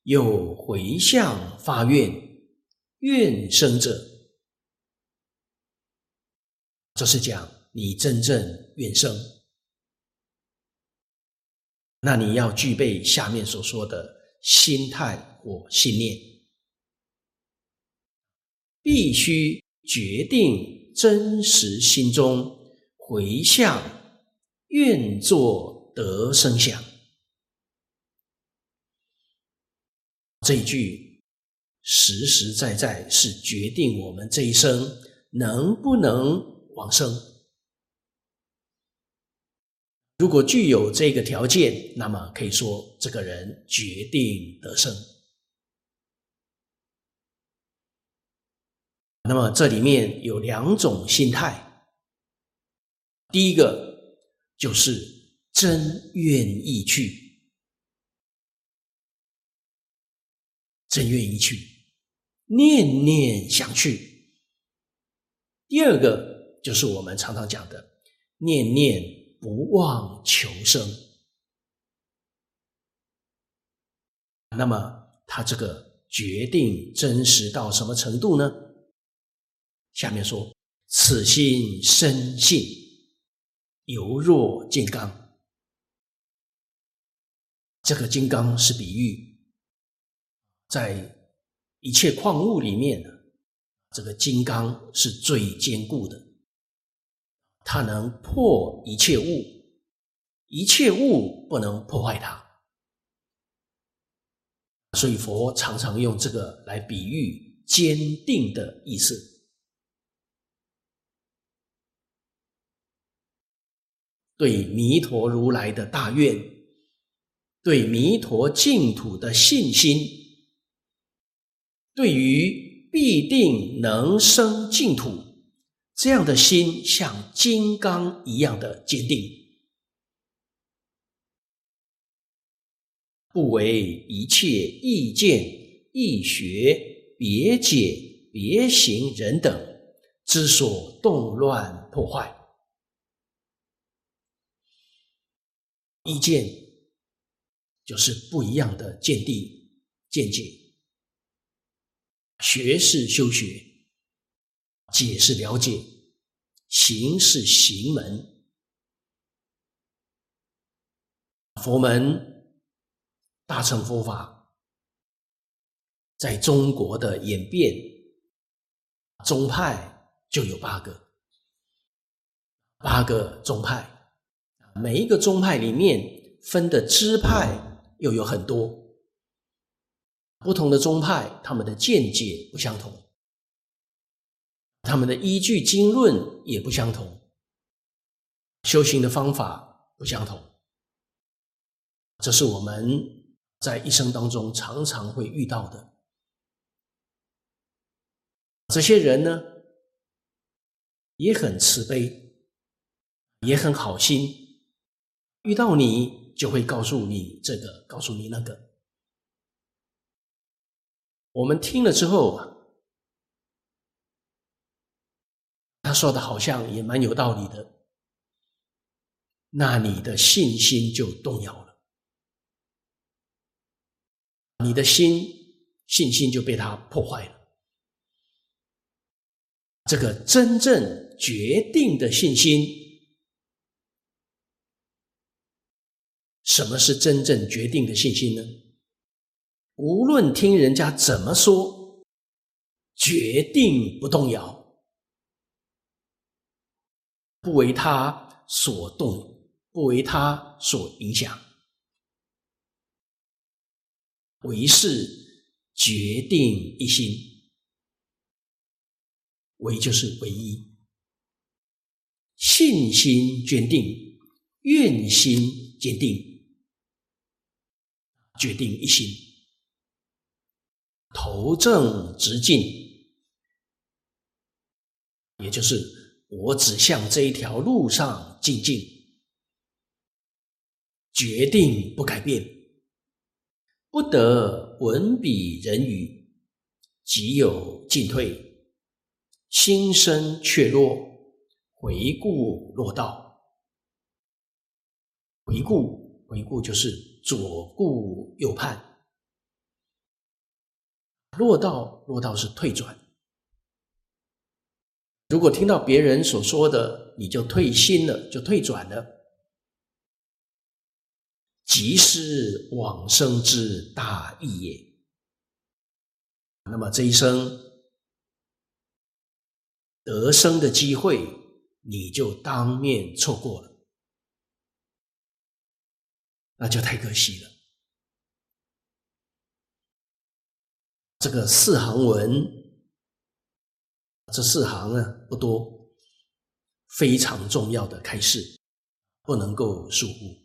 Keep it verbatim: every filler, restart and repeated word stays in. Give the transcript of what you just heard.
有回向发愿，愿生者，这是讲你真正愿生。那你要具备下面所说的心态或信念，必须决定真实心中回向愿作得生想。这一句实实在在是决定我们这一生能不能往生。如果具有这个条件，那么可以说这个人决定得生。那么这里面有两种心态，第一个就是真愿意去，真愿意去，念念想去。第二个就是我们常常讲的念念不忘求生。那么他这个决定真实到什么程度呢？下面说，此心深信，犹若金刚。这个金刚是比喻，在一切矿物里面，这个金刚是最坚固的，它能破一切物，一切物不能破坏它。所以佛常常用这个来比喻坚定的意思。对弥陀如来的大愿，对弥陀净土的信心，对于必定能生净土，这样的心像金刚一样的坚定，不为一切意见、意学、别解、别行人等之所动乱破坏。意见就是不一样的见地、见解，学是修学，解是了解，行是行门。佛门大乘佛法在中国的演变，宗派就有八个，八个宗派，每一个宗派里面分的支派又有很多，不同的宗派他们的见解不相同，他们的依据经论也不相同，修行的方法不相同。这是我们在一生当中常常会遇到的。这些人呢，也很慈悲，也很好心，遇到你就会告诉你这个，告诉你那个。我们听了之后，他说的好像也蛮有道理的，那你的信心就动摇了，你的心信心就被他破坏了。这个真正决定的信心，什么是真正决定的信心呢？无论听人家怎么说，决定不动摇，不为他所动，不为他所影响，唯是决定一心。唯就是唯一，信心坚定，愿心坚定，决定一心，头正直进，也就是我只向这一条路上精进，决定不改变，不得闻彼人语，即有进退，心生却落，回顾落道。回顾回顾就是左顾右盼， 落道，落道是退转。如果听到别人所说的，你就退心了，就退转了，即是往生之大义也。那么这一生得生的机会，你就当面错过了，那就太可惜了。这个四行文，这四行呢不多，非常重要的开示，不能够疏忽。